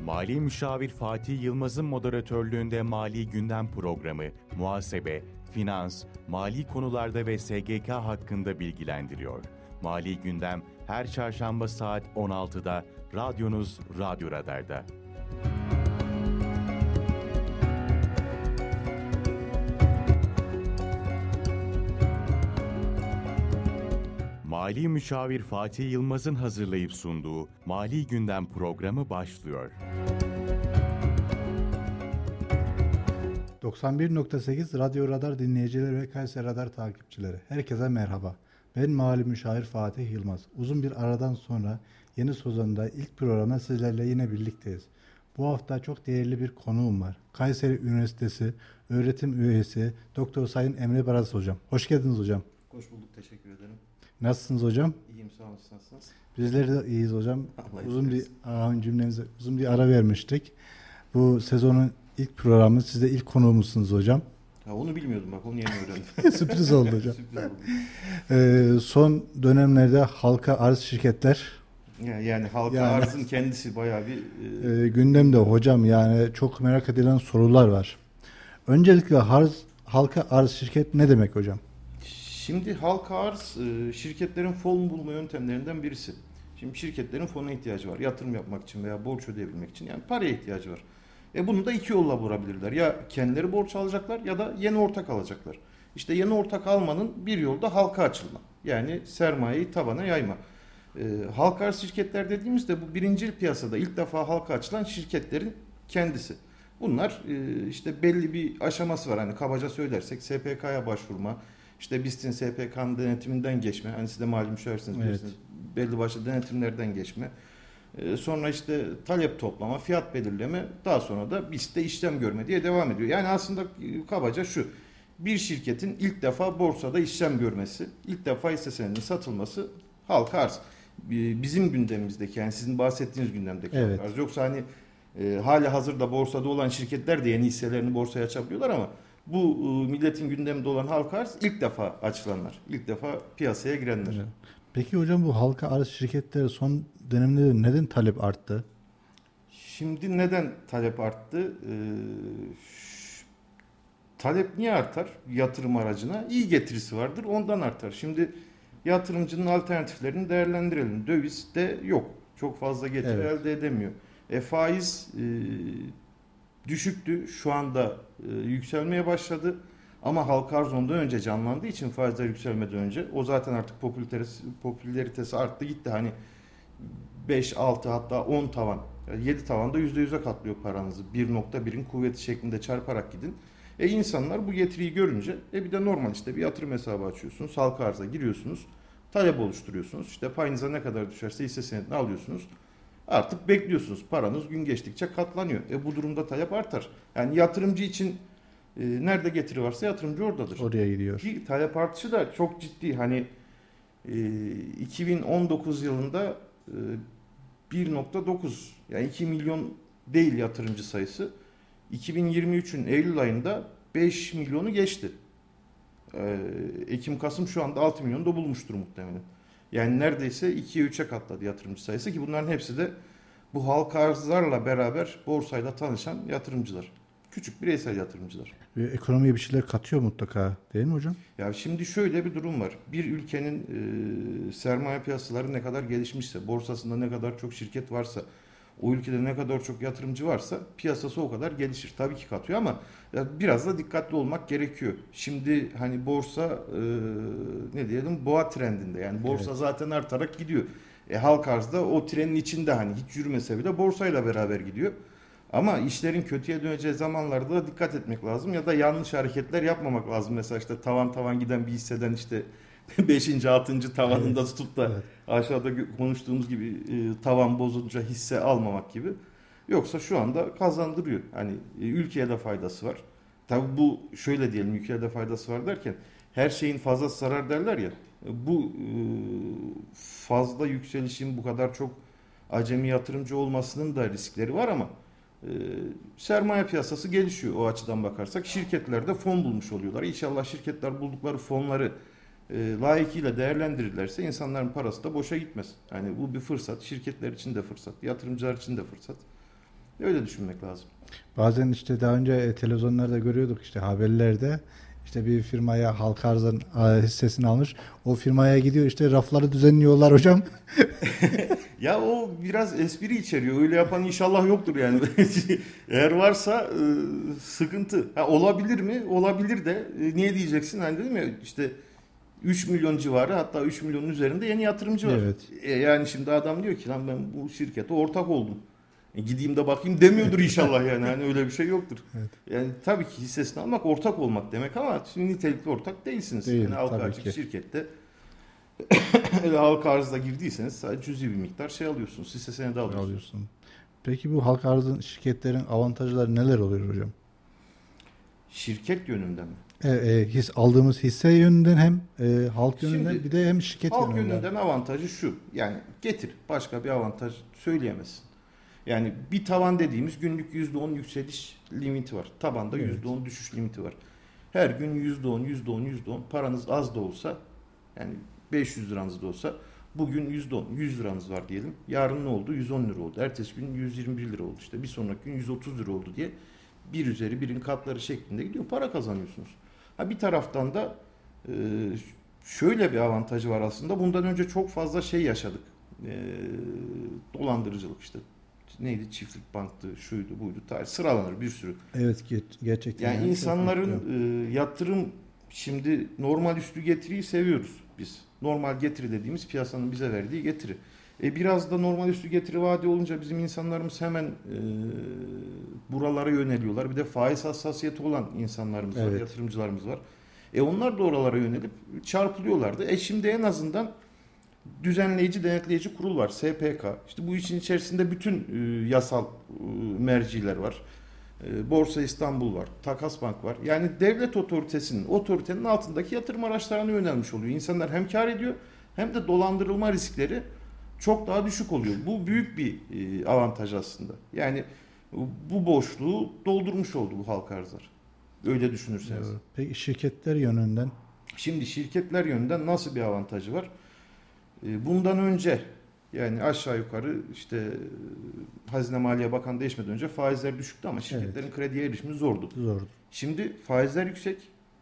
Mali Müşavir Fatih Yılmaz'ın moderatörlüğünde Mali Gündem programı, muhasebe, finans, mali konularda ve SGK hakkında bilgilendiriyor. Mali Gündem her çarşamba saat 16'da radyonuz Radyo Radar'da. Mali Müşavir Fatih Yılmaz'ın hazırlayıp sunduğu Mali Gündem programı başlıyor. 91.8 Radyo Radar dinleyicileri ve Kayseri Radar takipçileri. Herkese merhaba. Ben Mali Müşavir Fatih Yılmaz. Uzun bir aradan sonra yeni sezonda ilk programda sizlerle yine birlikteyiz. Bu hafta çok değerli bir konuğum var. Kayseri Üniversitesi öğretim üyesi Doktor Sayın Emre Baraz Hocam. Hoş geldiniz hocam. Hoş bulduk, teşekkür ederim. Nasılsınız hocam? İyiyim, sağ olun, nasılsınız? Bizler de iyiyiz hocam. Uzun bir ara vermiştik. Bu sezonun ilk programı, siz de ilk konuğumuzsunuz hocam. Ha, onu bilmiyordum, bak onu yeni öğrendim. Sürpriz oldu hocam. Sürpriz oldu. Son dönemlerde halka arz şirketler yani halka arzın kendisi bayağı bir gündemde hocam, yani çok merak edilen sorular var. Öncelikle halka arz şirket ne demek hocam? Şimdi halka arz şirketlerin fon bulma yöntemlerinden birisi. Şimdi şirketlerin fona ihtiyacı var. Yatırım yapmak için veya borç ödeyebilmek için, yani paraya ihtiyacı var. Bunu da iki yolla bulabilirler. Ya kendileri borç alacaklar ya da yeni ortak alacaklar. İşte yeni ortak almanın bir yolu da halka açılma. Yani sermayeyi tabana yayma. Halka arz şirketler dediğimizde bu birincil piyasada ilk defa halka açılan şirketlerin kendisi. Bunlar işte belli bir aşaması var. Hani kabaca söylersek SPK'ya başvurma, işte BIST'in SPK'nın denetiminden geçme. Hani siz de mali müşavirsiniz, bilirsiniz. Belli başlı denetimlerden geçme. Sonra işte talep toplama, fiyat belirleme, daha sonra da BIST'te işlem görme diye devam ediyor. Yani aslında kabaca şu: bir şirketin ilk defa borsada işlem görmesi, ilk defa hisse senedinin satılması halka arz. Bizim gündemimizdeki, yani sizin bahsettiğiniz gündemdeki evet. Halka arz. Yoksa hani hali hazırda borsada olan şirketler de yeni hisselerini borsaya açabiliyorlar ama bu milletin gündeminde olan halka arz ilk defa açılanlar, ilk defa piyasaya girenler. Evet. Peki hocam, bu halka arz şirketleri son dönemde neden talep arttı? Şimdi neden talep arttı? Talep niye artar? Yatırım aracına iyi getirisi vardır, ondan artar. Şimdi yatırımcının alternatiflerini değerlendirelim. Döviz de yok. Çok fazla getiri elde edemiyor. Faiz düşüktü. Şu anda yükselmeye başladı. Ama halka arz ondan önce canlandığı için, faizler yükselmeden önce, o zaten artık popülaritesi arttı gitti. Hani 5, 6 hatta 10 tavan, 7 tavanda %100'e katlıyor paranızı. 1.1'in kuvveti şeklinde çarparak gidin. İnsanlar bu getiriyi görünce bir de normal işte bir yatırım hesabı açıyorsunuz. Halka arza giriyorsunuz. Talep oluşturuyorsunuz. İşte payınıza ne kadar düşerse hisse senedini alıyorsunuz. Artık bekliyorsunuz. Paranız gün geçtikçe katlanıyor. Bu durumda talep artar. Yani yatırımcı için nerede getiri varsa yatırımcı oradadır. Oraya gidiyor. Ki talep artışı da çok ciddi. Hani 2019 yılında 1.9, yani 2 milyon değil yatırımcı sayısı. 2023'ün Eylül ayında 5 milyonu geçti. Ekim-Kasım şu anda 6 milyonu da bulmuştur muhtemelen. Yani neredeyse 2'ye 3'e katladı yatırımcı sayısı, ki bunların hepsi de bu halka arzlarla beraber borsayla tanışan yatırımcılar. Küçük bireysel yatırımcılar. Ve ekonomiye bir şeyler katıyor mutlaka, değil mi hocam? Ya şimdi şöyle bir durum var. Bir ülkenin sermaye piyasaları ne kadar gelişmişse, borsasında ne kadar çok şirket varsa, o ülkede ne kadar çok yatırımcı varsa piyasası o kadar gelişir. Tabii ki katıyor ama biraz da dikkatli olmak gerekiyor. Şimdi hani borsa ne diyelim, boğa trendinde. Yani borsa zaten artarak gidiyor. Halka arzda o trenin içinde, hani hiç yürümese bile borsayla beraber gidiyor. Ama işlerin kötüye döneceği zamanlarda da dikkat etmek lazım ya da yanlış hareketler yapmamak lazım. Mesela işte tavan giden bir hisseden işte 5. 6. tavanında tutup da aşağıda konuştuğumuz gibi tavan bozunca hisse almamak gibi. Yoksa şu anda kazandırıyor. Hani ülkeye de faydası var. Tabii bu şöyle diyelim, ülkeye de faydası var derken, her şeyin fazlası zarar derler ya. Bu fazla yükselişin bu kadar çok acemi yatırımcı olmasının da riskleri var ama sermaye piyasası gelişiyor o açıdan bakarsak. Şirketler de fon bulmuş oluyorlar. İnşallah şirketler buldukları fonları layıkıyla değerlendirirlerse insanların parası da boşa gitmez. Yani bu bir fırsat. Şirketler için de fırsat. Yatırımcılar için de fırsat. Öyle düşünmek lazım. Bazen işte daha önce televizyonlarda görüyorduk, işte haberlerde, işte bir firmaya halka arzın hissesini almış. O firmaya gidiyor, işte rafları düzenliyorlar hocam. Ya o biraz espri içeriyor. Öyle yapan inşallah yoktur yani. Eğer varsa sıkıntı. Ha, olabilir mi? Olabilir de. Niye diyeceksin? Hani dedim ya işte 3 milyon civarı, hatta 3 milyonun üzerinde yeni yatırımcı var. Evet. Yani şimdi adam diyor ki lan ben bu şirkete ortak oldum. Gideyim de bakayım demiyordur inşallah yani. Hani öyle bir şey yoktur. Evet. Yani tabii ki hissesini almak ortak olmak demek ama şimdi nitelikli ortak değilsiniz. Değil, Yani halka tabii açık ki. şirkette halka arzda girdiyseniz sadece cüzi bir miktar şey alıyorsunuz. Hisse senedi alıyorsunuz. Peki bu halka arzın şirketlerin avantajları neler oluyor hocam? Şirket yönünden mi? Aldığımız hisse yönünden hem halk yönünden, Şimdi bir de hem şirket halk yönünden. yönünden avantajı şu. Yani getir. Başka bir avantaj söyleyemezsin. Yani bir tavan dediğimiz günlük %10 yükseliş limiti var. Tabanda Evet. %10 düşüş limiti var. Her gün %10, %10, %10 paranız az da olsa, yani 500 liranız da olsa bugün %10, 100 liranız var diyelim. Yarın ne oldu? 110 lira oldu. Ertesi gün 121 lira oldu. İşte bir sonraki gün 130 lira oldu diye bir üzeri birin katları şeklinde gidiyor. Para kazanıyorsunuz. Ha, bir taraftan da şöyle bir avantajı var aslında. Bundan önce çok fazla şey yaşadık. Dolandırıcılık işte. Neydi? Çiftlik banktı, şuydu, buydu. Sıralanır bir sürü. Evet, gerçekten. Yani insanların yatırım, şimdi normal üstü getiriyi seviyoruz biz. Normal getiri dediğimiz piyasanın bize verdiği getiri. Biraz da normal üstü getiri vaadi olunca bizim insanlarımız hemen buralara yöneliyorlar. Bir de faiz hassasiyeti olan insanlarımız var, Evet. yatırımcılarımız var. Onlar da oralara yönelip çarpılıyorlardı. Şimdi en azından düzenleyici, denetleyici kurul var, SPK. İşte bu işin içerisinde bütün yasal merciler var. Borsa İstanbul var, Takas Bank var. Yani devlet otoritenin altındaki yatırım araçlarına yönelmiş oluyor. İnsanlar hem kar ediyor hem de dolandırılma riskleri çok daha düşük oluyor. Bu büyük bir avantaj aslında. Yani bu boşluğu doldurmuş oldu bu halka arzlar. Öyle düşünürseniz. Evet. Peki şirketler yönünden? Şimdi şirketler yönünden nasıl bir avantajı var? Bundan önce, yani aşağı yukarı işte Hazine Maliye Bakanı değişmeden önce faizler düşüktü ama şirketlerin krediye erişimi zordu. Zordu. Şimdi faizler yüksek.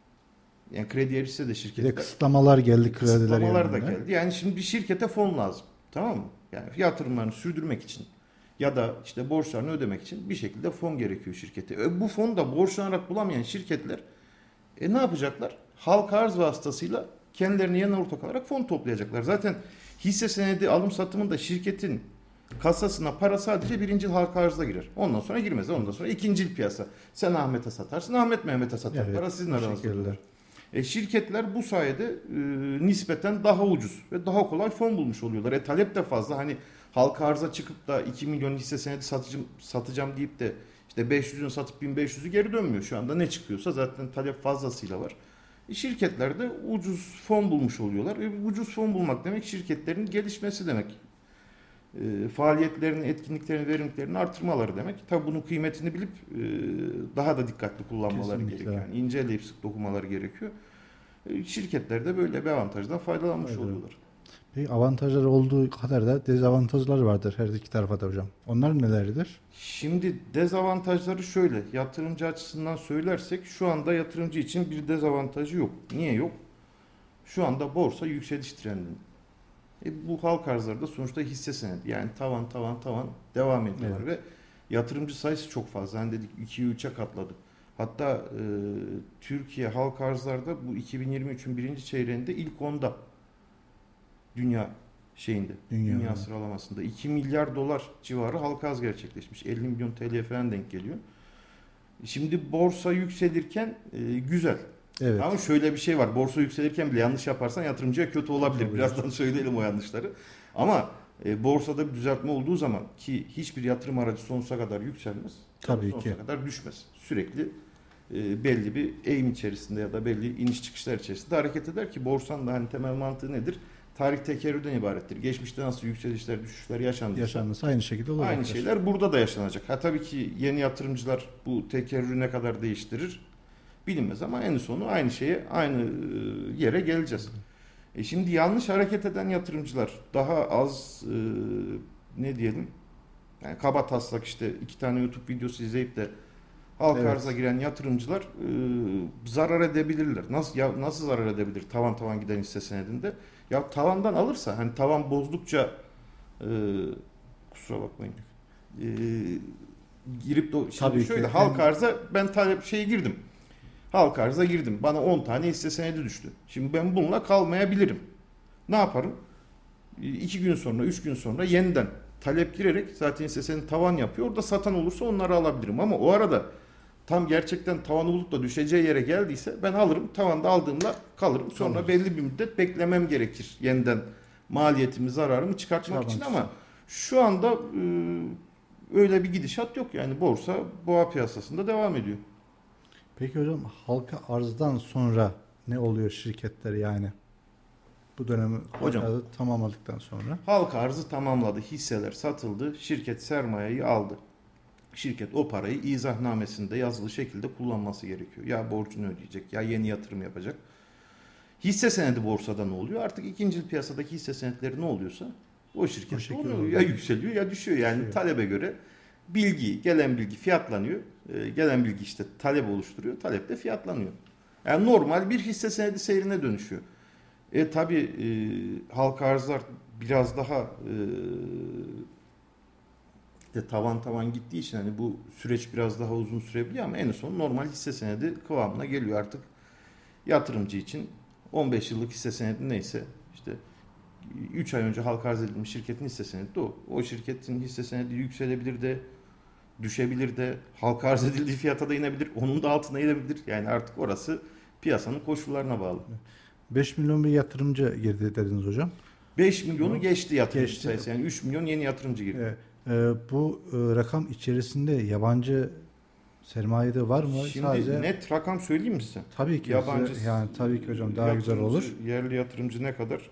Yani krediye erişse de Bir şirketler. de kısıtlamalar geldi krediler Kısıtlamalar da yönünden. geldi. Yani şimdi bir şirkete fon lazım. Tamam mı? Yani yatırımlarını sürdürmek için ya da işte borçlarını ödemek için bir şekilde fon gerekiyor şirkete. Bu fonu da borçlanarak bulamayan şirketler ne yapacaklar? Halka arz vasıtasıyla kendilerine yan ortak alarak fon toplayacaklar. Zaten hisse senedi alım satımında şirketin kasasına para sadece birinci halka arzda girer. Ondan sonra girmez. Ondan sonra ikincil piyasa. Sen Ahmet'e satarsın, Ahmet Mehmet'e satar. Evet, para sizin bu aranızda şekilde. olur. Şirketler bu sayede nispeten daha ucuz ve daha kolay fon bulmuş oluyorlar. Talep de fazla. Hani halka arza çıkıp da 2 milyon hisse senedi satacağım deyip de işte 500'ünü satıp 1500'ü geri dönmüyor. Şu anda ne çıkıyorsa zaten talep fazlasıyla var. Şirketler de ucuz fon bulmuş oluyorlar. Ucuz fon bulmak demek şirketlerin gelişmesi demek. Faaliyetlerini, etkinliklerini, verimliliklerini artırmaları demek. Tabii bunun kıymetini bilip daha da dikkatli kullanmaları Kesinlikle. gerekiyor. Yani inceleyip sık dokumaları gerekiyor. Şirketler de böyle bir avantajdan faydalanmış Aynen. oluyorlar. Peki avantajları olduğu kadar da dezavantajları vardır her iki tarafa da hocam. Onlar nelerdir? Şimdi dezavantajları şöyle, yatırımcı açısından söylersek şu anda yatırımcı için bir dezavantajı yok. Niye yok? Şu anda borsa yükseliş trendinde. Bu halka arzlarda sonuçta hisse senedi. Yani tavan devam ediyorlar Evet. ve yatırımcı sayısı çok fazla. Hani dedik 2'ye 3'e katladı. Hatta Türkiye halka arzlarda bu 2023'ün birinci çeyreğinde ilk 10'da dünya Dünya sıralamasında 2 milyar dolar civarı halka arz gerçekleşmiş. 50 milyon TL falan denk geliyor. Şimdi borsa yükselirken güzel. Evet. Ama şöyle bir şey var. Borsa yükselirken bile yanlış yaparsan yatırımcıya kötü olabilir. Olabilir. Birazdan söyleyelim o yanlışları. Ama borsada bir düzeltme olduğu zaman ki hiçbir yatırım aracı sonsuza kadar yükselmez. Tabii sonsuza ki. kadar düşmez. Sürekli belli bir eğim içerisinde ya da belli iniş çıkışlar içerisinde hareket eder ki borsanın da hani temel mantığı nedir? Tarih tekerrürden ibarettir. Geçmişte nasıl yükselişler, düşüşler Yaşanması aynı şekilde olacaktır. aynı şeyler burada da yaşanacak. Tabii ki yeni yatırımcılar bu tekerrürü ne kadar değiştirir bilinmez ama en sonu aynı yere geleceğiz. Şimdi yanlış hareket eden yatırımcılar daha az Yani kaba taslak işte 2 tane YouTube videosu izleyip de halka arza giren yatırımcılar zarar edebilirler. Nasıl zarar edebilir tavan giden hisse senedinde? Ya tavandan alırsa hani tavan bozdukça kusura bakmayın. Girip de şimdi şöyle halka arza ben girdim. Halka arza girdim. Bana 10 tane hisse senedi düştü. Şimdi ben bununla kalmayabilirim. Ne yaparım? 2 gün sonra, 3 gün sonra yeniden talep girerek zaten hisse senedi tavan yapıyor. Orada satan olursa onları alabilirim. Ama o arada tam gerçekten tavanı bulup da düşeceği yere geldiyse ben alırım. Tavanda aldığımla kalırım. Sonra belli bir müddet beklemem gerekir. Yeniden maliyetimi, zararımı çıkartmak için ama şu anda öyle bir gidişat yok. Yani borsa boğa piyasasında devam ediyor. Peki hocam halka arzdan sonra ne oluyor şirketler yani? Bu dönemi halka arzı tamamladıktan sonra. Halka arzı tamamladı. Hisseler satıldı. Şirket sermayeyi aldı. Şirket o parayı izahnamesinde yazılı şekilde kullanması gerekiyor. Ya borcunu ödeyecek ya yeni yatırım yapacak. Hisse senedi borsada ne oluyor? Artık ikinci piyasadaki hisse senetleri ne oluyorsa o şirket oluyor. Ya yükseliyor ya düşüyor. Yani talebe göre gelen bilgi fiyatlanıyor. Gelen bilgi işte talep oluşturuyor. Talep de fiyatlanıyor. Yani normal bir hisse senedi seyrine dönüşüyor. Tabii halka arzlar biraz daha tavan gittiği için hani bu süreç biraz daha uzun sürebiliyor ama en son normal hisse senedi kıvamına geliyor artık. Yatırımcı için 15 yıllık hisse senedi neyse işte 3 ay önce halka arz edilmiş şirketin hisse senedi de o. O şirketin hisse senedi yükselebilir de düşebilir de halka arz edildiği fiyata da inebilir. Onun da altına inebilir. Yani artık orası piyasanın koşullarına bağlı. 5 milyon bir yatırımcı girdi dediniz hocam. 5 milyonu geçti yatırımcı sayısı. Yani 3 milyon yeni yatırımcı girdi. Bu rakam içerisinde yabancı sermaye de var mı? Şimdi sadece net rakam söyleyeyim mi size? Tabii ki. Yabancı, yani tabii ki hocam daha güzel olur. Yerli yatırımcı ne kadar?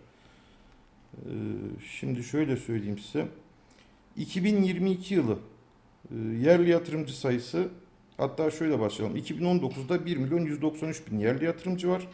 Şimdi şöyle söyleyeyim size. 2022 yılı yerli yatırımcı sayısı, hatta şöyle başlayalım. 2019'da 1 milyon 193 bin yerli yatırımcı var.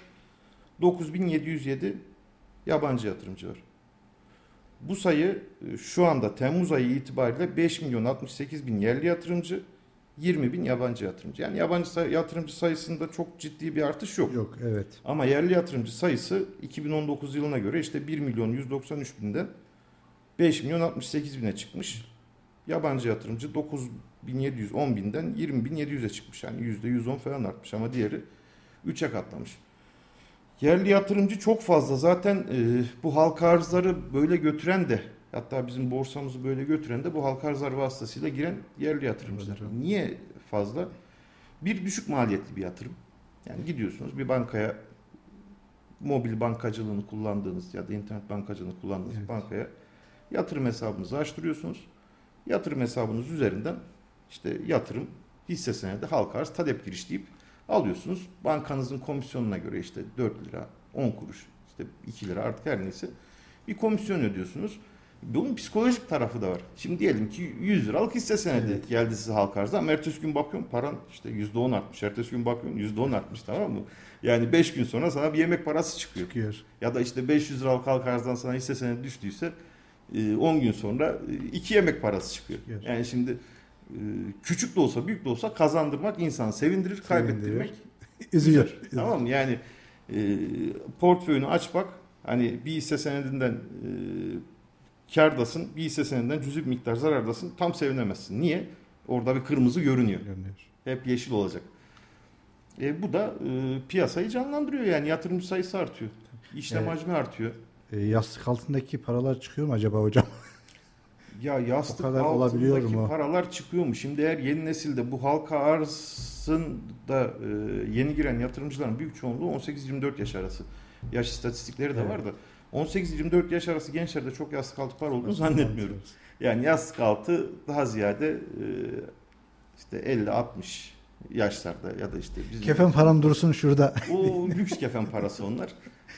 9.707 yabancı yatırımcı var. Bu sayı şu anda Temmuz ayı itibariyle 5 milyon 68 bin yerli yatırımcı, 20 bin yabancı yatırımcı. Yani yabancı yatırımcı sayısında çok ciddi bir artış yok. Yok, evet. Ama yerli yatırımcı sayısı 2019 yılına göre işte 1 milyon 193 binden 5 milyon 68 bine çıkmış. Yabancı yatırımcı 9.710 binden 20.700'e çıkmış. Yani %110 falan artmış ama diğeri 3'e katlamış. Yerli yatırımcı çok fazla. Zaten bu halka arzları böyle götüren de, hatta bizim borsamızı böyle götüren de bu halka arzlar vasıtasıyla giren yerli yatırımcılar. Niye fazla? Bir, düşük maliyetli bir yatırım. Yani gidiyorsunuz bir bankaya, mobil bankacılığını kullandığınız ya da internet bankacılığını kullandığınız bankaya yatırım hesabınızı açtırıyorsunuz. Yatırım hesabınız üzerinden işte yatırım, hisse senedi, halka arz, talep giriş deyip alıyorsunuz. Bankanızın komisyonuna göre işte 4 lira, 10 kuruş, işte 2 lira artık her neyse bir komisyon ödüyorsunuz. Bunun psikolojik tarafı da var. Şimdi diyelim ki 100 liralık hisse senedi geldi size halka arza ama ertesi gün bakıyorum paran işte %10 artmış. Ertesi gün bakıyorum %10 artmış, tamam mı? Yani 5 gün sonra sana bir yemek parası çıkıyor. Ya da işte 500 liralık halka arzdan sana hisse senedi düştüyse 10 gün sonra 2 yemek parası çıkıyor. Yani şimdi küçük de olsa büyük de olsa kazandırmak insanı sevindirir, kaybettirmek üzüyor. Tamam mı? Yani portföyünü aç bak, hani bir hisse senedinden kârdasın, bir hisse senedinden cüzi bir miktar zarardasın, tam sevinemezsin. Niye? Orada bir kırmızı görünüyor. Hep yeşil olacak. Bu da piyasayı canlandırıyor, yani yatırımcı sayısı artıyor. İşlem hacmi artıyor. Yastık altındaki paralar çıkıyor mu acaba hocam? Ya yastık altındaki paralar çıkıyor mu? Şimdi eğer yeni nesilde bu halka arzın da yeni giren yatırımcıların büyük çoğunluğu 18-24 yaş arası. Yaş istatistikleri de var da 18-24 yaş arası gençlerde çok yastık altı para olduğunu zannetmiyorum. Yani yastık altı daha ziyade işte 50-60 yaşlarda ya da işte bizim kefen param dursun şurada. O lüks kefen parası onlar.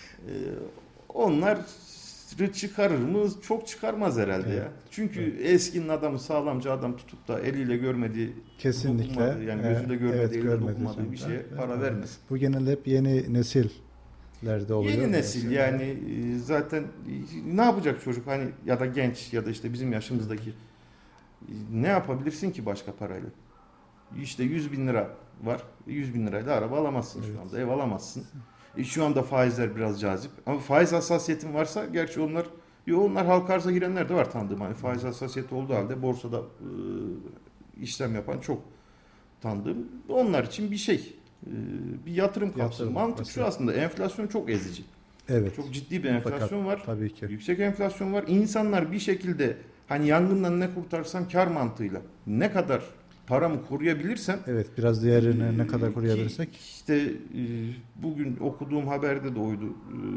Onlar çıkarır mı? Çok çıkarmaz herhalde ya. Çünkü eskinin adamı, sağlamcı adam tutup da eliyle görmediği, kesinlikle yani gözüyle görmediği, eliyle dokunmadığı bir şeye para vermez. Bu genelde hep yeni nesillerde oluyor. Yeni nesil yani zaten ne yapacak çocuk, hani ya da genç ya da işte bizim yaşımızdaki Ne yapabilirsin ki başka parayla? İşte 100 bin lira var. 100 bin lirayla araba alamazsın şu anda. Ev alamazsın. Şu anda faizler biraz cazip. Ama faiz hassasiyetin varsa, gerçi onlar halka arza girenler de var tanıdığım. Hani faiz hassasiyeti olduğu halde borsada işlem yapan çok tanıdığım. Onlar için bir yatırım kapsamı. Mantık şu aslında, enflasyon çok ezici. Evet. Çok ciddi bir enflasyon var. Tabii ki. Yüksek enflasyon var. İnsanlar bir şekilde hani yangından ne kurtarsam kar mantığıyla ne kadar paramı koruyabilirsem, evet, biraz değerini ne kadar koruyabilirsek. İşte bugün okuduğum haberde de oydu.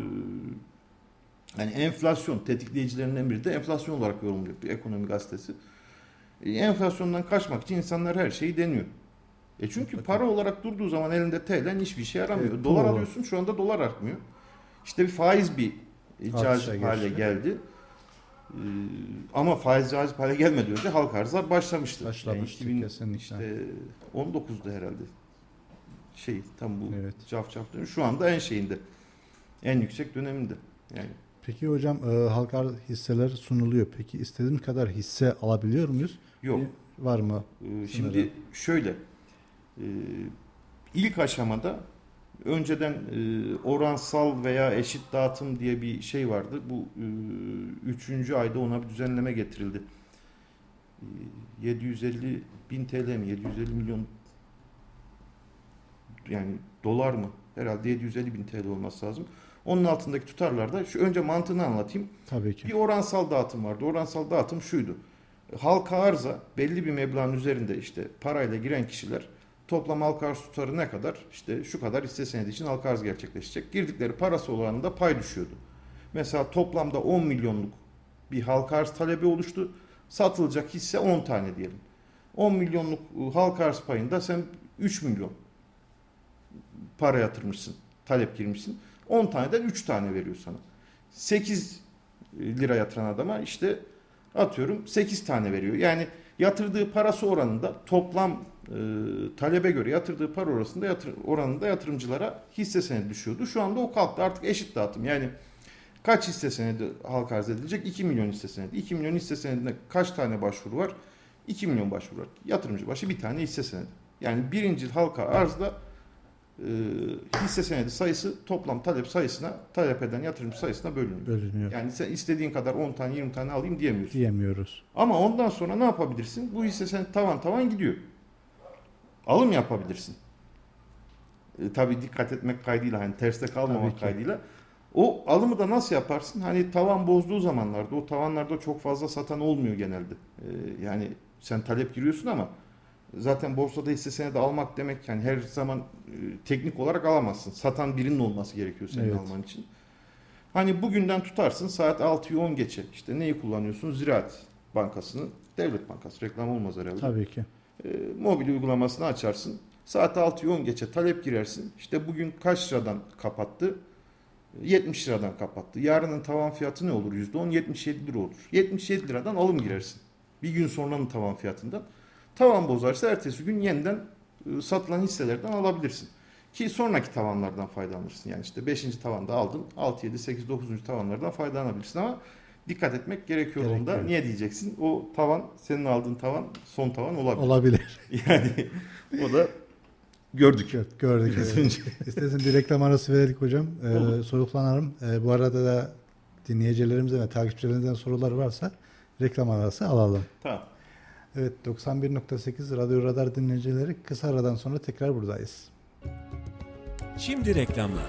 Yani enflasyon tetikleyicilerinden biri de enflasyon olarak yorumluyor bir ekonomi gazetesi. Enflasyondan kaçmak için insanlar her şeyi deniyor. Çünkü para olarak durduğu zaman elinde TL'den hiçbir şey yaramıyor. Evet, dolar alıyorsun, şu anda dolar artmıyor. İşte bir faiz cazip hale geldi. Ama faiz cazip hale gelmeden önce halka arzlar başlamıştı. Kesinlikle. İşte 19'da herhalde. Tam bu cafcaf dönemi. Şu anda en şeyinde. En yüksek döneminde. Yani. Peki hocam, halka arz hisseler sunuluyor. Peki istediğimiz kadar hisse alabiliyor muyuz? Yok. Var mı? Şimdi şöyle. İlk aşamada önceden oransal veya eşit dağıtım diye bir şey vardı. Bu 3. ayda ona bir düzenleme getirildi. 750 bin TL mi? 750 milyon yani dolar mı? Herhalde 750 bin TL olması lazım. Onun altındaki tutarlarda önce mantığını anlatayım. Tabii ki. Bir oransal dağıtım vardı. Oransal dağıtım şuydu. Halka arza belli bir meblağın üzerinde işte parayla giren kişiler toplam halka arz tutarı ne kadar? İşte şu kadar hisse senedi için halka arz gerçekleşecek. Girdikleri parası olanında pay düşüyordu. Mesela toplamda 10 milyonluk bir halka arz talebi oluştu. Satılacak hisse 10 tane diyelim. 10 milyonluk halka arz payında sen 3 milyon para yatırmışsın. Talep girmişsin. 10 taneden 3 tane veriyor sana. 8 lira yatıran adama işte atıyorum 8 tane veriyor. Yani yatırdığı parası oranında toplam talebe göre yatırdığı para oranında yatırımcılara hisse senedi düşüyordu. Şu anda o kalktı, artık eşit dağıtım. Yani kaç hisse senedi halka arz edilecek? 2 milyon hisse senedi. 2 milyon hisse senedine kaç tane başvuru var? 2 milyon başvuru var. Yatırımcı başı bir tane hisse senedi. Yani birinci halka arzda hisse senedi sayısı toplam talep eden yatırımcı sayısına bölünüyor. Yani sen istediğin kadar 10 tane 20 tane alayım diyemiyoruz. Ama ondan sonra ne yapabilirsin? Bu hisse senedi tavan gidiyor. Alım yapabilirsin. Tabii dikkat etmek kaydıyla, hani terste kalmamak kaydıyla. O alımı da nasıl yaparsın? Hani tavan bozduğu zamanlarda, o tavanlarda çok fazla satan olmuyor genelde. Yani sen talep giriyorsun ama zaten borsada hisse senedi almak demek yani her zaman teknik olarak alamazsın. Satan birinin olması gerekiyor senin alman için. Hani bugünden tutarsın saat 6'yı 10 geçe. İşte neyi kullanıyorsun? Ziraat Bankası'nı, Devlet Bankası, reklam olmaz herhalde. Tabii ki. Mobil uygulamasını açarsın. Saat 6'yı 10 geçe talep girersin. İşte bugün kaç liradan kapattı? 70 liradan kapattı. Yarının tavan fiyatı ne olur? %10 77 lira olur. 77 liradan alım girersin. Bir gün sonranın tavan fiyatından. Tavan bozarsa ertesi gün yeniden satılan hisselerden alabilirsin. Ki sonraki tavanlardan faydalanırsın. Yani işte 5. tavanda aldın. 6, 7, 8, 9. tavanlardan faydalanabilirsin ama dikkat etmek gerekiyor onda. Niye diyeceksin? O tavan, senin aldığın tavan son tavan olabilir. Yani o da gördük. Evet. İstersen bir reklam arası verelim hocam. Soluklanalım. Bu arada da dinleyicilerimizden ve takipçilerimizden sorular varsa reklam arası alalım. Tamam. Evet, 91.8 Radyo Radar dinleyicileri, kısa aradan sonra tekrar buradayız. Şimdi reklamlar.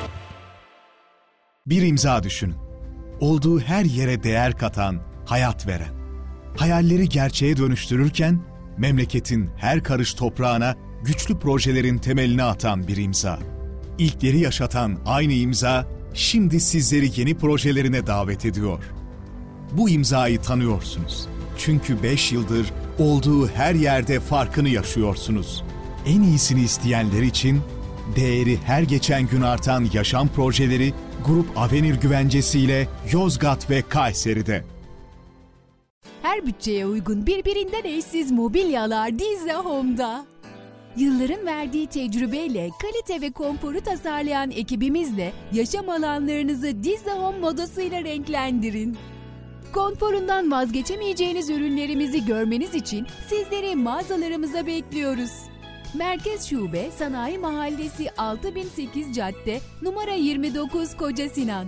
Bir imza düşünün. Olduğu her yere değer katan, hayat veren. Hayalleri gerçeğe dönüştürürken memleketin her karış toprağına güçlü projelerin temelini atan bir imza. İlkleri yaşatan aynı imza şimdi sizleri yeni projelerine davet ediyor. Bu imzayı tanıyorsunuz. Çünkü 5 yıldır olduğu her yerde farkını yaşıyorsunuz. En iyisini isteyenler için değeri her geçen gün artan yaşam projeleri Grup Avenir güvencesiyle Yozgat ve Kayseri'de. Her bütçeye uygun birbirinden eşsiz mobilyalar Dizze Home'da. Yılların verdiği tecrübeyle kalite ve konforu tasarlayan ekibimizle yaşam alanlarınızı Dizze Home modasıyla renklendirin. Konforundan vazgeçemeyeceğiniz ürünlerimizi görmeniz için sizleri mağazalarımıza bekliyoruz. Merkez Şube Sanayi Mahallesi 6008 Cadde numara 29 Koca Sinan.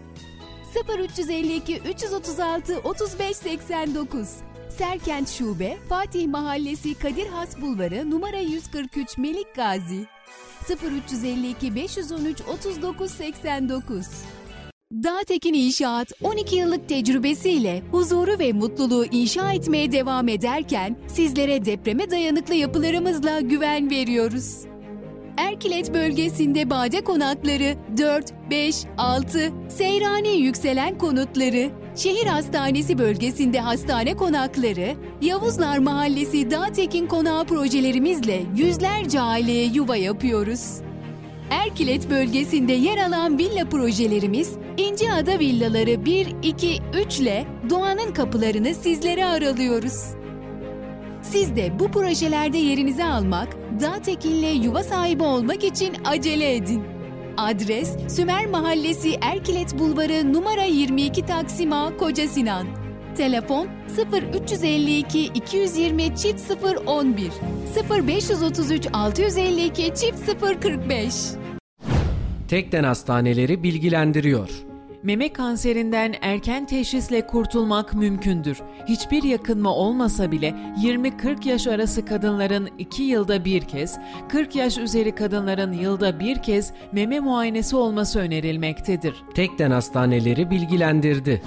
0352 336 3589. Serkent Şube Fatih Mahallesi Kadir Has Bulvarı numara 143 Melik Gazi. 0352 513 3989. Dağtekin İnşaat 12 yıllık tecrübesiyle huzuru ve mutluluğu inşa etmeye devam ederken sizlere depreme dayanıklı yapılarımızla güven veriyoruz. Erkilet bölgesinde Bade Konakları 4, 5, 6, Seyrani Yükselen Konutları, Şehir Hastanesi bölgesinde hastane konakları, Yavuzlar Mahallesi Dağtekin Konağı projelerimizle yüzlerce aileye yuva yapıyoruz. Erkilet bölgesinde yer alan villa projelerimiz İnciada Villaları 1, 2, 3 ile doğanın kapılarını sizlere aralıyoruz. Siz de bu projelerde yerinizi almak, Dağtekin'le yuva sahibi olmak için acele edin. Adres Sümer Mahallesi Erkilet Bulvarı numara 22 Taksim A Koca Sinan. Telefon 0352 220 011 0533 652 045. Tekden Hastaneleri bilgilendiriyor. Meme kanserinden erken teşhisle kurtulmak mümkündür. Hiçbir yakınma olmasa bile 20-40 yaş arası kadınların 2 yılda bir kez, 40 yaş üzeri kadınların yılda bir kez meme muayenesi olması önerilmektedir. Tekden Hastaneleri bilgilendirdi.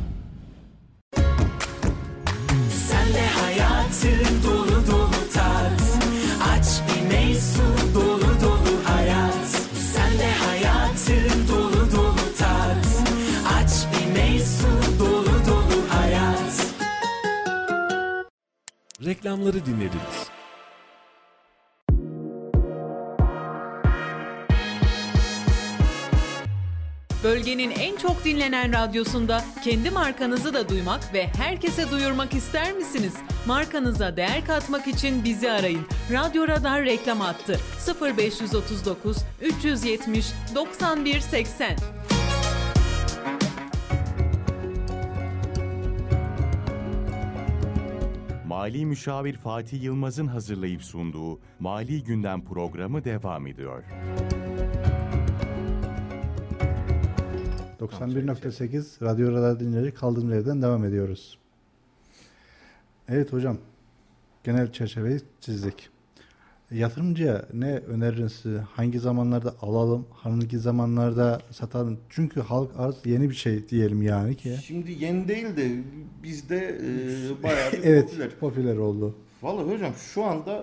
Sen de hayatın dolu dolu tat. Aç bir meysu dolu dolu hayat. Sen de hayatın dolu dolu tat. Aç bir meysu dolu dolu hayat. Reklamları dinlediniz. Bölgenin en çok dinlenen radyosunda kendi markanızı da duymak ve herkese duyurmak ister misiniz? Markanıza değer katmak için bizi arayın. Radyo Radar reklam hattı 0539 370 91 80. Mali Müşavir Fatih Yılmaz'ın hazırlayıp sunduğu Mali Gündem programı devam ediyor. 91.8 Radyo Radar dinleyici kaldığımız yerden devam ediyoruz. Evet hocam, genel çerçeveyi çizdik. Yatırımcıya ne öneriniz? Hangi zamanlarda alalım, hangi zamanlarda satalım? Çünkü halk arz yeni bir şey diyelim yani ki. Şimdi yeni değil de bizde bayağı bir evet, popüler oldu. Vallahi hocam şu anda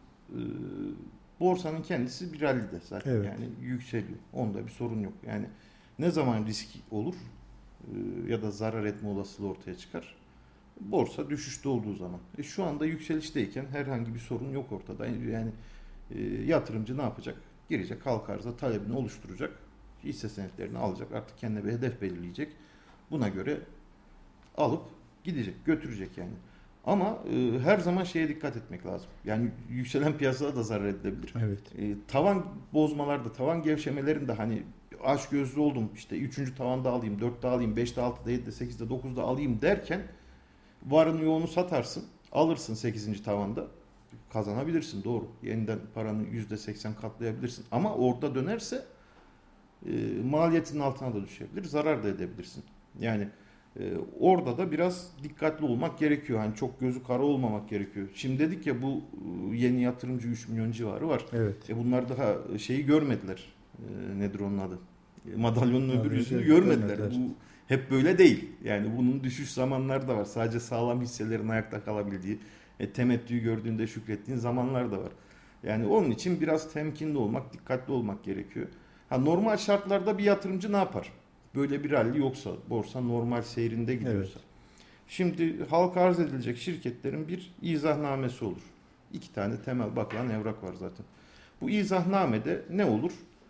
borsanın kendisi bir rallide zaten, evet. Yani yükseliyor. Onda bir sorun yok. Yani ne zaman risk olur ya da zarar etme olasılığı ortaya çıkar? Borsa düşüşte olduğu zaman. Şu anda yükselişteyken herhangi bir sorun yok ortada. Yani yatırımcı ne yapacak? Girecek, halka arzda talebini oluşturacak. Hisse senetlerini alacak. Artık kendine bir hedef belirleyecek. Buna göre alıp gidecek, götürecek yani. Ama her zaman şeye dikkat etmek lazım. Yani yükselen piyasada da zarar edilebilir. Evet. Tavan bozmalarda, tavan gevşemelerinde hani açgözlü oldum, işte 3. tavanda alayım, 4'te alayım, 5'te, 6'da, 7'de, 8'de, 9'da alayım derken varını yoğunu satarsın, alırsın 8. tavanda, kazanabilirsin, doğru. Yeniden paranı %80 katlayabilirsin. Ama orada dönerse maliyetinin altına da düşebilir, zarar da edebilirsin. Yani orada da biraz dikkatli olmak gerekiyor. Hani çok gözü kara olmamak gerekiyor. Şimdi dedik ya, bu yeni yatırımcı 3 milyon civarı var. Evet. Bunlar daha şeyi görmediler. Nedir onun adı? Madalyonun öbür yüzünü görmediler. Bu hep böyle değil. Yani bunun düşüş zamanları da var. Sadece sağlam hisselerin ayakta kalabildiği, temettüyü gördüğünde şükrettiğin zamanlar da var. Yani onun için biraz temkinli olmak, dikkatli olmak gerekiyor. Normal şartlarda bir yatırımcı ne yapar? Böyle bir rally yoksa, borsa normal seyrinde gidiyorsa. Evet. Şimdi halka arz edilecek şirketlerin bir izahnamesi olur. 2 tane temel bakılan evrak var zaten. Bu izahnamede ne olur?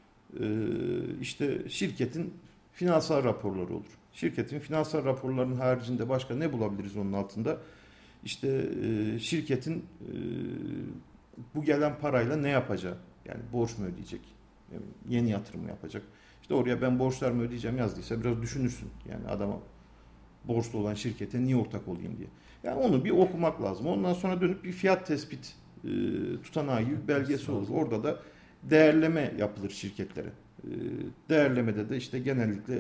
İşte şirketin finansal raporları olur. Şirketin finansal raporlarının haricinde başka ne bulabiliriz onun altında? İşte şirketin bu gelen parayla ne yapacağı, yani borç mu ödeyecek, yeni yatırım mı yapacak? İşte oraya ben borçlar mı ödeyeceğim yazdıysa biraz düşünürsün. Yani adama borçlu olan şirkete niye ortak olayım diye. Yani onu bir okumak lazım. Ondan sonra dönüp bir fiyat tespit tutanağı gibi belgesi olur. Orada da değerleme yapılır şirketlere. Değerlemede de işte genellikle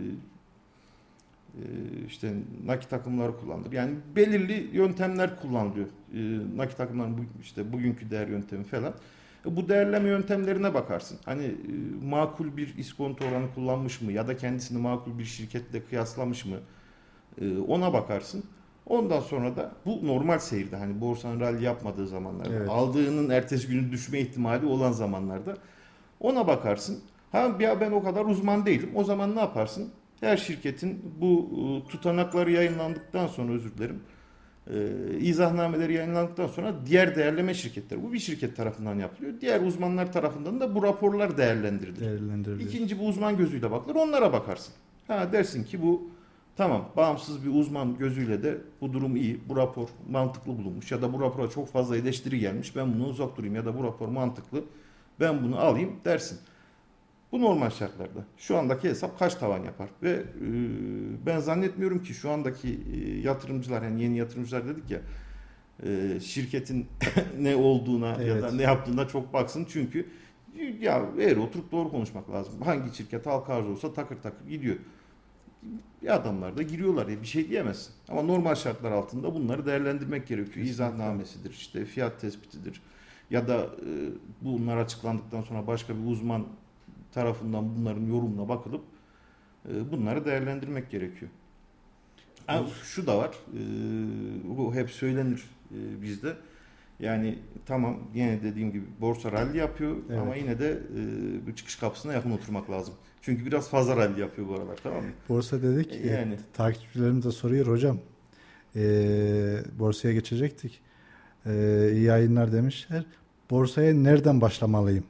işte nakit akımları kullanılır. Yani belirli yöntemler kullanılıyor. Nakit akımların işte bugünkü değer yöntemi falan. Bu değerleme yöntemlerine bakarsın. Hani makul bir iskonto oranı kullanmış mı ya da kendisini makul bir şirketle kıyaslamış mı? Ona bakarsın. Ondan sonra da bu normal seyirde, hani borsanın rally yapmadığı zamanlarda, evet, aldığının ertesi günü düşme ihtimali olan zamanlarda ona bakarsın. Ha ya ben o kadar uzman değilim. O zaman ne yaparsın? Her şirketin bu tutanakları yayınlandıktan sonra, özür dilerim, izahnameleri yayınlandıktan sonra diğer değerleme şirketleri, bu bir şirket tarafından yapılıyor. Diğer uzmanlar tarafından da bu raporlar değerlendirilir. İkinci bu uzman gözüyle bakılır. Onlara bakarsın. Ha dersin ki bu tamam, bağımsız bir uzman gözüyle de bu durum iyi, bu rapor mantıklı bulunmuş ya da bu rapora çok fazla eleştiri gelmiş, ben bunu uzak durayım ya da bu rapor mantıklı, ben bunu alayım dersin. Bu normal şartlarda. Şu andaki hesap kaç tavan yapar? Ve ben zannetmiyorum ki şu andaki yatırımcılar, yani yeni yatırımcılar dedik ya, şirketin ne olduğuna, evet, ya da ne yaptığına çok baksın. Çünkü ya eğer oturup doğru konuşmak lazım. Hangi şirket halka arz olsa takır takır gidiyor. Adamlar da giriyorlar ya, bir şey diyemezsin. Ama normal şartlar altında bunları değerlendirmek gerekiyor. İzahnamesidir, işte fiyat tespitidir. Ya da bunlar açıklandıktan sonra başka bir uzman tarafından bunların yorumuna bakılıp bunları değerlendirmek gerekiyor. Ama şu da var, bu hep söylenir bizde. Yani tamam, yine dediğim gibi borsa rally yapıyor, evet, ama yine de çıkış kapısına yakın oturmak lazım. Çünkü biraz fazla rally yapıyor bu aralar, tamam mı? Borsa dedik, yani takipçilerimiz de soruyor hocam. Borsaya geçecektik. İyi yayınlar demişler. Borsaya nereden başlamalıyım?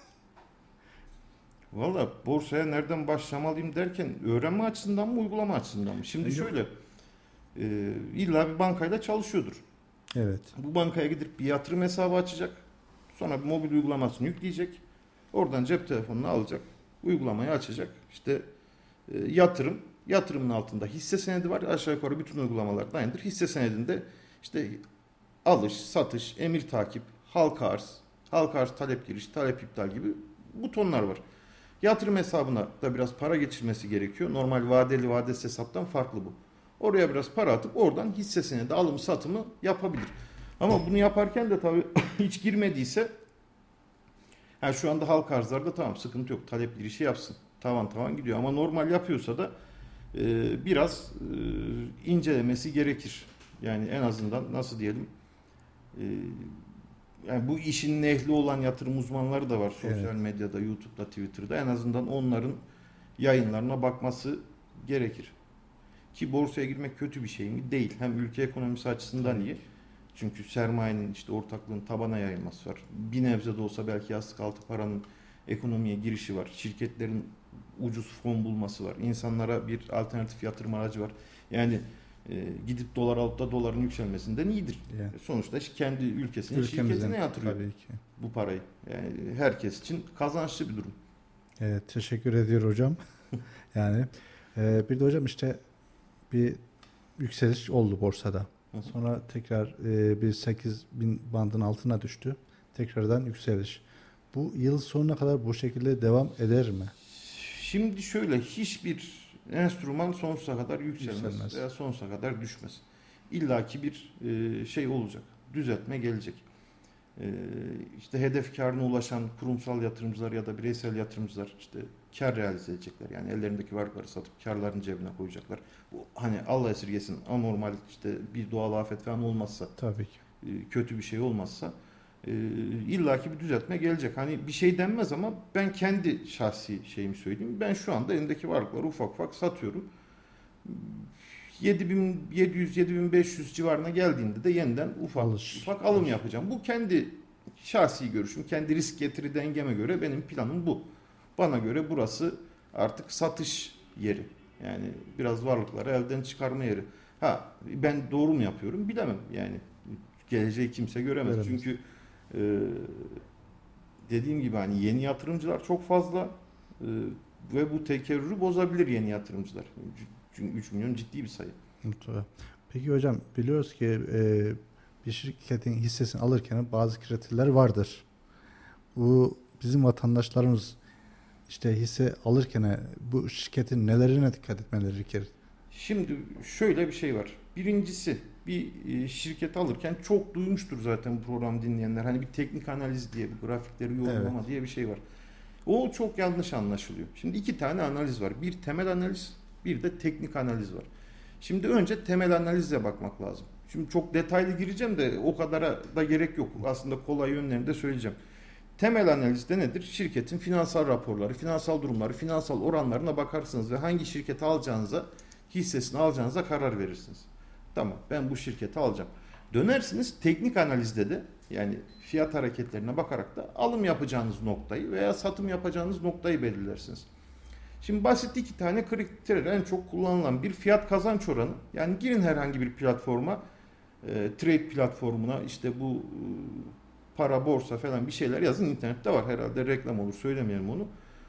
Valla borsaya nereden başlamalıyım derken öğrenme açısından mı, uygulama açısından mı? Şimdi şöyle, illa bir bankayla çalışıyordur. Evet. Bu bankaya gidip bir yatırım hesabı açacak. Sonra bir mobil uygulamasını yükleyecek. Oradan cep telefonunu alacak. Uygulamayı açacak. İşte yatırımın altında hisse senedi var. Aşağı yukarı bütün uygulamalar da aynıdır. Hisse senedinde işte alış, satış, emir takip, halka arz talep giriş, talep iptal gibi butonlar var. Yatırım hesabına da biraz para geçirmesi gerekiyor. Normal vadeli vadesiz hesaptan farklı bu. Oraya biraz para atıp oradan hisse senedi alım satımı yapabilir. Ama bunu yaparken de tabii hiç girmediyse, şu anda halka arzlarda tamam, sıkıntı yok. Talep girişi yapsın. Tavan gidiyor. Ama normal yapıyorsa da biraz incelemesi gerekir. Yani en azından nasıl diyelim, yani bu işin ehli olan yatırım uzmanları da var sosyal medyada, YouTube'da, Twitter'da. En azından onların yayınlarına bakması gerekir. Ki borsaya girmek kötü bir şey mi? Değil. Hem ülke ekonomisi açısından iyi. Çünkü sermayenin, işte ortaklığın tabana yayılması var. Bir nebze de olsa belki yastık altı paranın ekonomiye girişi var. Şirketlerin ucuz fon bulması var. İnsanlara bir alternatif yatırım aracı var. Yani gidip dolar alıp da doların yükselmesinden iyidir. Yani. Sonuçta kendi ülkesinin şirketine yatırıyor bu parayı. Yani herkes için kazançlı bir durum. Evet, teşekkür ediyor hocam. Yani bir de hocam işte bir yükseliş oldu borsada. Sonra tekrar bir 8.000 bandın altına düştü. Tekrardan yükseliş. Bu yıl sonuna kadar bu şekilde devam eder mi? Şimdi şöyle, hiçbir enstrüman sonsuza kadar yükselmez veya sonsuza kadar düşmez. İllaki bir şey olacak. Düzeltme gelecek. İşte hedef karına ulaşan kurumsal yatırımcılar ya da bireysel yatırımcılar işte kar realize edecekler. Yani ellerindeki varlıkları satıp karlarını cebine koyacaklar. Bu hani Allah esirgesin, anormal işte bir doğal afet falan olmazsa, tabii ki, kötü bir şey olmazsa illaki bir düzeltme gelecek. Hani bir şey denmez ama ben kendi şahsi şeyimi söyleyeyim. Ben şu anda elimdeki varlıkları ufak ufak satıyorum. 7.700-7.500 civarına geldiğinde de yeniden ufak alım yapacağım. Bu kendi şahsi görüşüm, kendi risk getiri dengeme göre benim planım bu. Bana göre burası artık satış yeri. Yani biraz varlıkları elden çıkarma yeri. Ben doğru mu yapıyorum bilemem. Yani geleceği kimse göremez. Çünkü dediğim gibi hani yeni yatırımcılar çok fazla ve bu tekerrürü bozabilir yeni yatırımcılar. Çünkü 3 milyon ciddi bir sayı. Peki hocam, biliyoruz ki bir şirketin hissesini alırken bazı kriterler vardır. Bu bizim vatandaşlarımız işte hisse alırken bu şirketin nelerine dikkat etmeleri gerekir? Şimdi şöyle bir şey var. Birincisi, bir şirket alırken çok duymuştur zaten bu programı dinleyenler. Hani bir teknik analiz diye, bir grafikleri yorumlama diye bir şey var. O çok yanlış anlaşılıyor. Şimdi 2 tane analiz var. Bir temel analiz, bir de teknik analiz var. Şimdi önce temel analize bakmak lazım. Şimdi çok detaylı gireceğim de o kadara da gerek yok. Aslında kolay yönlerini de söyleyeceğim. Temel analizde nedir? Şirketin finansal raporları, finansal durumları, finansal oranlarına bakarsınız ve hangi şirketi alacağınıza, hissesini alacağınıza karar verirsiniz. Tamam, ben bu şirketi alacağım. Dönersiniz teknik analizde de, yani fiyat hareketlerine bakarak da alım yapacağınız noktayı veya satım yapacağınız noktayı belirlersiniz. Şimdi basit 2 tane kriter en çok kullanılan, bir fiyat kazanç oranı. Yani girin herhangi bir platforma, trade platformuna, işte bu para, borsa falan bir şeyler yazın, internette var, herhalde reklam olur, söylemeyelim onu.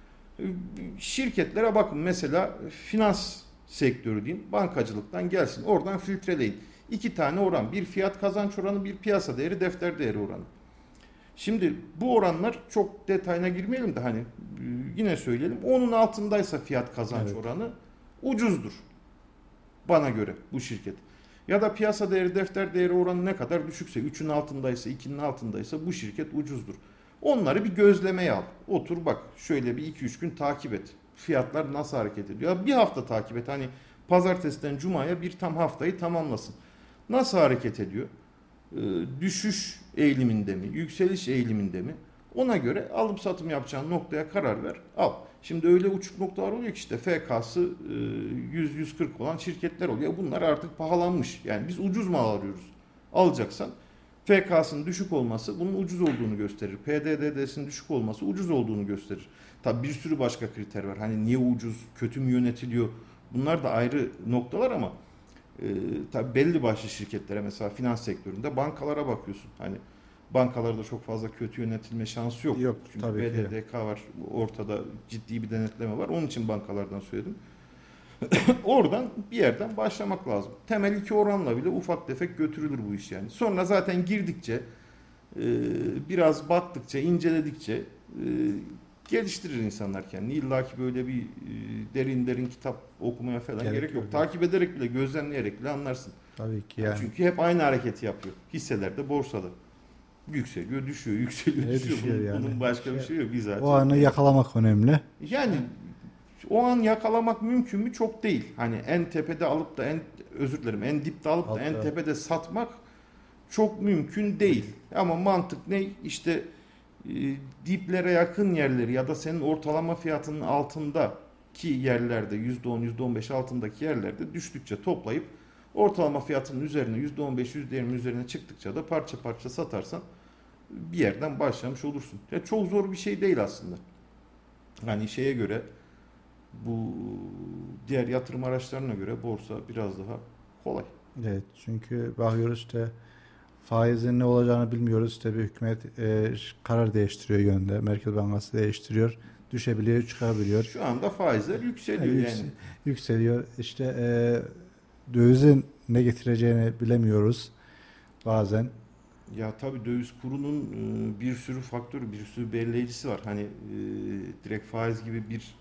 Şirketlere bakın, mesela finans sektörü diyeyim, bankacılıktan gelsin, oradan filtreleyin. 2 tane oran, bir fiyat kazanç oranı, bir piyasa değeri, defter değeri oranı. Şimdi bu oranlar, çok detayına girmeyelim de hani yine söyleyelim, onun altındaysa fiyat kazanç oranı ucuzdur bana göre bu şirket. Ya da piyasa değeri, defter değeri oranı ne kadar düşükse, 3'ün altındaysa, 2'nin altındaysa bu şirket ucuzdur. Onları bir gözlemeye al. Otur bak, şöyle bir 2-3 gün takip et. Fiyatlar nasıl hareket ediyor? Ya bir hafta takip et. Hani pazartesiden cumaya bir tam haftayı tamamlasın. Nasıl hareket ediyor? Düşüş eğiliminde mi? Yükseliş eğiliminde mi? Ona göre alım satım yapacağın noktaya karar ver. Al. Şimdi öyle uçuk noktalar oluyor ki işte FK'sı 100-140 olan şirketler oluyor. Bunlar artık pahalanmış. Yani biz ucuz mal arıyoruz. Alacaksan FK'sının düşük olması bunun ucuz olduğunu gösterir. PDD'sinin düşük olması ucuz olduğunu gösterir. Tabii bir sürü başka kriter var. Hani niye ucuz, kötü mü yönetiliyor? Bunlar da ayrı noktalar ama tabii belli başlı şirketlere, mesela finans sektöründe bankalara bakıyorsun. Hani bankalarda çok fazla kötü yönetilme şansı yok. Çünkü BDDK var. Ortada ciddi bir denetleme var. Onun için bankalardan söyledim. Oradan bir yerden başlamak lazım. Temel 2 oranla bile ufak tefek götürülür bu iş yani. Sonra zaten girdikçe, biraz baktıkça, inceledikçe geliştirir insanlar kendini. İlla ki böyle bir derin kitap okumaya falan gerek yok. Takip ederek bile, gözlemleyerek bile anlarsın. Tabii ki yani. Çünkü hep aynı hareketi yapıyor. Hisselerde, borsada. Yükseliyor, düşüyor, yükseliyor, düşüyor. Bunun başka bir şey yok. O anı yakalamak önemli. Yani o an yakalamak mümkün mü? Çok değil. Hani en tepede alıp da en dipte alıp da en tepede satmak çok mümkün değil. Ama mantık ne? İşte diplere yakın yerleri ya da senin ortalama fiyatının altındaki yerlerde, %10, %15 altındaki yerlerde düştükçe toplayıp ortalama fiyatının üzerine, %15, %20 üzerine çıktıkça da parça parça satarsan bir yerden başlamış olursun. Ya çok zor bir şey değil aslında. Hani şeye göre, bu diğer yatırım araçlarına göre borsa biraz daha kolay. Evet, çünkü bakıyoruz işte faizin ne olacağını bilmiyoruz. İşte bir hükümet karar değiştiriyor yönde. Merkez Bankası değiştiriyor. Düşebiliyor, çıkabiliyor. Şu anda faizler yükseliyor yani. Yükseliyor. İşte dövizin ne getireceğini bilemiyoruz bazen. Ya tabii döviz kurunun bir sürü faktörü, bir sürü belirleyicisi var. Hani direkt faiz gibi bir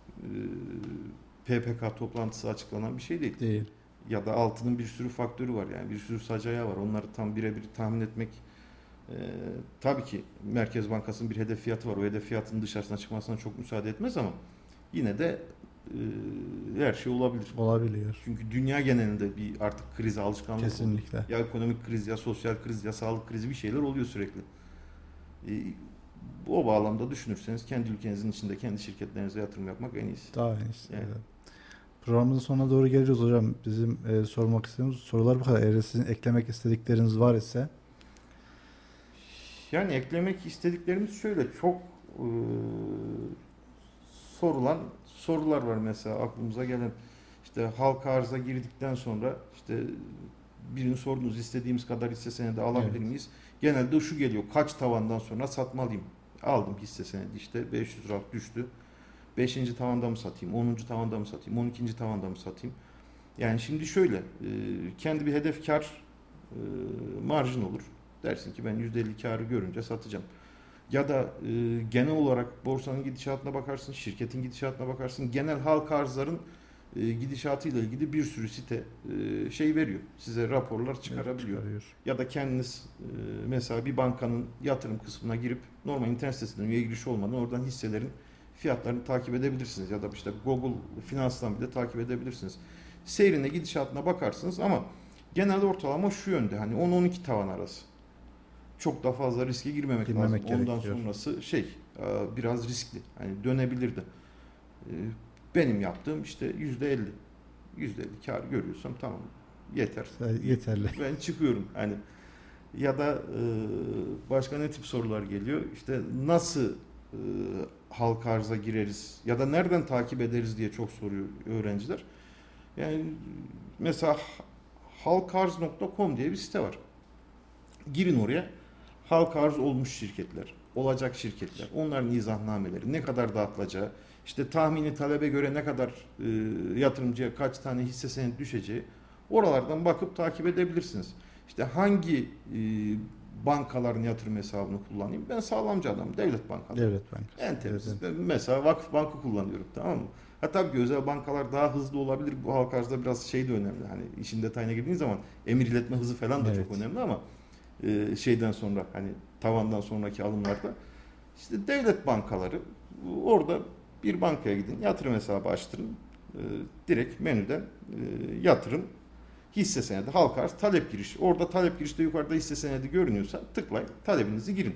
PPK toplantısı açıklanan bir şey değil. Ya da altının bir sürü faktörü var, yani bir sürü sacaya var. Onları tam birebir tahmin etmek tabii ki Merkez Bankası'nın bir hedef fiyatı var. O hedef fiyatının dışarısına çıkmasına çok müsaade etmez ama yine de her şey olabilir. Olabiliyor. Çünkü dünya genelinde bir artık krize alışkanlık. Kesinlikle. Ya ekonomik kriz, ya sosyal kriz, ya sağlık krizi, bir şeyler oluyor sürekli. O bağlamda düşünürseniz kendi ülkenizin içinde kendi şirketlerinize yatırım yapmak en iyisi. Daha en iyisi. Yani. Evet. Programımızın sonuna doğru geleceğiz hocam. Bizim sormak istediğimiz sorular bu kadar. Eğer sizin eklemek istedikleriniz var ise. Yani eklemek istediklerimiz şöyle, çok sorulan sorular var mesela aklımıza gelen. İşte halka arıza girdikten sonra işte birini sordunuz, istediğimiz kadar hisse senedi alabilir miyiz? Genelde şu geliyor, kaç tavandan sonra satmalıyım? Aldım hisse senedi, işte 500 lira düştü. 5. tavanda mı satayım? 10. tavanda mı satayım? 12. tavanda mı satayım? Yani şimdi şöyle, kendi bir hedef kar marjın olur. Dersin ki ben %50 karı görünce satacağım. Ya da genel olarak borsanın gidişatına bakarsın, şirketin gidişatına bakarsın. Genel halka arzların gidişatıyla ilgili bir sürü site şey veriyor. Size raporlar çıkarabiliyor. Ya da kendiniz mesela bir bankanın yatırım kısmına girip normal internet sitesinden üye giriş olmadan oradan hisselerin fiyatlarını takip edebilirsiniz. Ya da işte Google Finans'tan bile takip edebilirsiniz. Seyrine, gidişatına bakarsınız ama genel ortalama şu yönde, hani 10-12 tavan arası. Çok da fazla riske girmemek lazım. Ondan sonrası biraz riskli. Hani dönebilirdi. Benim yaptığım işte %50 kar görüyorsam tamam, yeter. Yeterli. Ben çıkıyorum. Hani ya da başka ne tip sorular geliyor? İşte nasıl halka arza gireriz ya da nereden takip ederiz diye çok soruyor öğrenciler. Yani mesela halkarz.com diye bir site var. Girin oraya. Halka arz olmuş şirketler, olacak şirketler, onların izahnnameleri, ne kadar dağıtılacağı, işte tahmini talebe göre ne kadar yatırımcıya kaç tane hisse senedi düşeceği, oralardan bakıp takip edebilirsiniz. İşte hangi bankaların yatırım hesabını kullanayım? Ben sağlamcı adamım, devlet bankaları. Devlet bankası. En temiz. Evet. Mesela Vakıf Bank'ı kullanıyorum, tamam mı? Tabii ki özel bankalar daha hızlı olabilir. Bu halka arzda biraz şey de önemli. Hani işin detayına girdiğiniz zaman emir iletme hızı falan da çok önemli ama şeyden sonra, hani tavandan sonraki alımlarda işte devlet bankaları, orada bir bankaya gidin, yatırım hesabı açtırın, direkt menüden yatırım, hisse senedi, halka arz, talep giriş. Orada talep girişte yukarıda hisse senedi görünüyorsa tıklayın, talebinizi girin.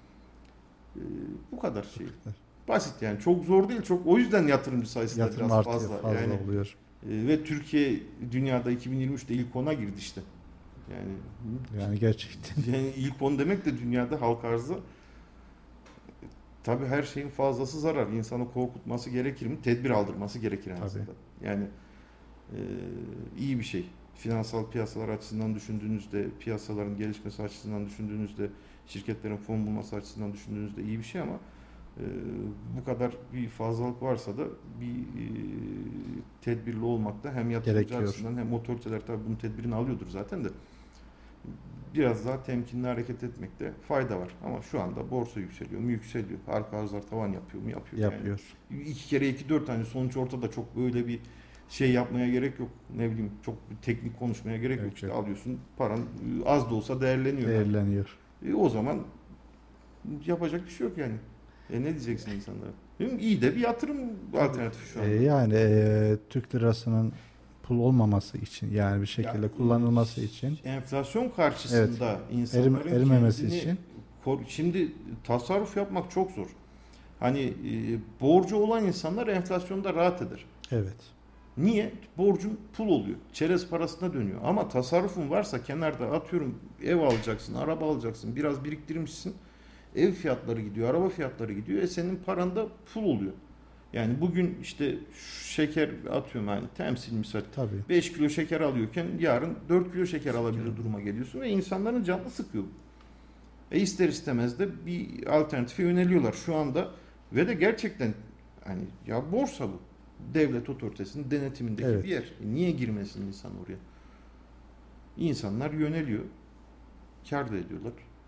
Bu kadar şey. Basit yani, çok zor değil. Çok, o yüzden yatırımcı sayısı da biraz fazla yani oluyor. Ve Türkiye dünyada 2023'te ilk 10'a girdi işte. Yani gerçekten. Yani ilk 10 demek de dünyada halka arzı. Tabii her şeyin fazlası zarar. İnsanı korkutması gerekir mi? Tedbir aldırması gerekir aslında. Yani iyi bir şey. Finansal piyasalar açısından düşündüğünüzde, piyasaların gelişmesi açısından düşündüğünüzde, şirketlerin fon bulması açısından düşündüğünüzde iyi bir şey ama bu kadar bir fazlalık varsa da bir tedbirli olmakta hem yatırımcı açısından hem otoriteler tabii bunun tedbirini alıyordur zaten de biraz daha temkinli hareket etmekte fayda var. Ama şu anda borsa yükseliyor mu? Yükseliyor. Halka arzlar tavan yapıyor mu? Yapıyor. Yani 2 kere 2-4 tane sonuç ortada, çok böyle bir şey yapmaya gerek yok. Ne bileyim, çok teknik konuşmaya gerek yok. İşte alıyorsun, paran az da olsa değerleniyor. O zaman yapacak bir şey yok yani. Ne diyeceksin insanlara? İyi de bir yatırım alternatifi şu an. Türk lirasının pul olmaması için, yani bir şekilde kullanılması için, enflasyon karşısında insanların erimemesi için. Şimdi tasarruf yapmak çok zor. Hani borcu olan insanlar enflasyonda rahat eder. Evet. Niye? Borcun pul oluyor. Çerez parasına dönüyor. Ama tasarrufun varsa kenarda, atıyorum, ev alacaksın, araba alacaksın, biraz biriktirmişsin. Ev fiyatları gidiyor, araba fiyatları gidiyor. Senin paranda pul oluyor. Yani bugün işte şeker, atıyorum yani temsil misal, 5 kilo şeker alıyorken yarın 4 kilo şeker alabilir duruma geliyorsun ve insanların canını sıkıyor. İster istemez de bir alternatife yöneliyorlar şu anda ve de gerçekten hani ya borsa bu. Devlet otoritesinin denetimindeki bir yer. Niye girmesin insan oraya? İnsanlar yöneliyor. Kâr da ediyorlar.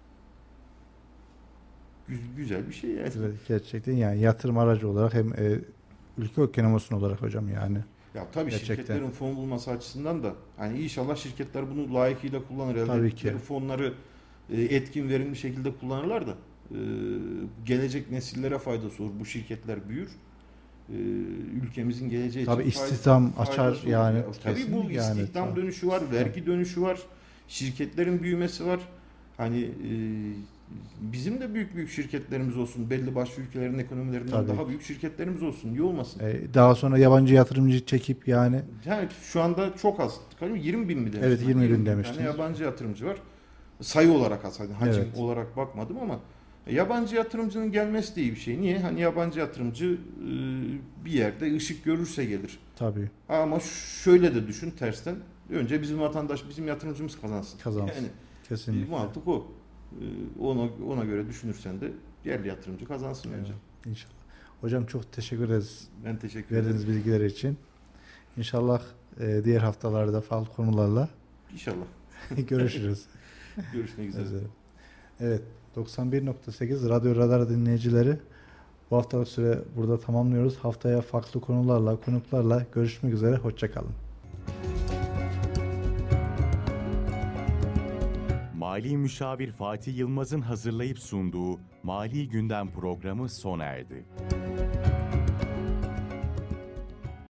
Güzel bir şey yani. Evet, gerçekten yani yatırım aracı olarak hem ülke ekonomisine olarak hocam yani. Ya tabii şirketlerin fon bulması açısından da hani inşallah şirketler bunu layıkıyla kullanır. Elde ettikleri fonları etkin, verimli şekilde kullanırlar da gelecek nesillere faydası olur. Bu şirketler büyür. Ülkemizin geleceği için istihdam açar yani. Tabii bu istihdam dönüşü var, vergi dönüşü var, şirketlerin büyümesi var. Hani bizim de büyük şirketlerimiz olsun, belli başlı ülkelerin ekonomilerinden daha büyük şirketlerimiz olsun, niye olmasın? Daha sonra yabancı yatırımcı çekip yani. Yani şu anda çok az. 20 bin mi demiştin? Evet, 20 bin demiştiniz. Yani yabancı yatırımcı var. Sayı olarak az, hani hacim olarak bakmadım ama yabancı yatırımcının gelmesi de iyi bir şey. Niye? Hani yabancı yatırımcı bir yerde ışık görürse gelir. Tabii. Ama şöyle de düşün tersten. Önce bizim vatandaş, bizim yatırımcımız kazansın. Yani kesinlikle. Mantık o. Ona göre düşünürsen de yerli yatırımcı kazansın önce. İnşallah. Hocam çok teşekkür ederiz. Ben teşekkür ederim. Verdiğiniz bilgiler için. İnşallah Diğer haftalarda farklı konularla İnşallah. görüşürüz. Görüşmek üzere. Evet, 91.8 Radyo Radar dinleyicileri, bu haftalık süre burada tamamlıyoruz. Haftaya farklı konularla, konuklarla görüşmek üzere. Hoşça kalın. Mali Müşavir Fatih Yılmaz'ın hazırlayıp sunduğu Mali Gündem programı sona erdi.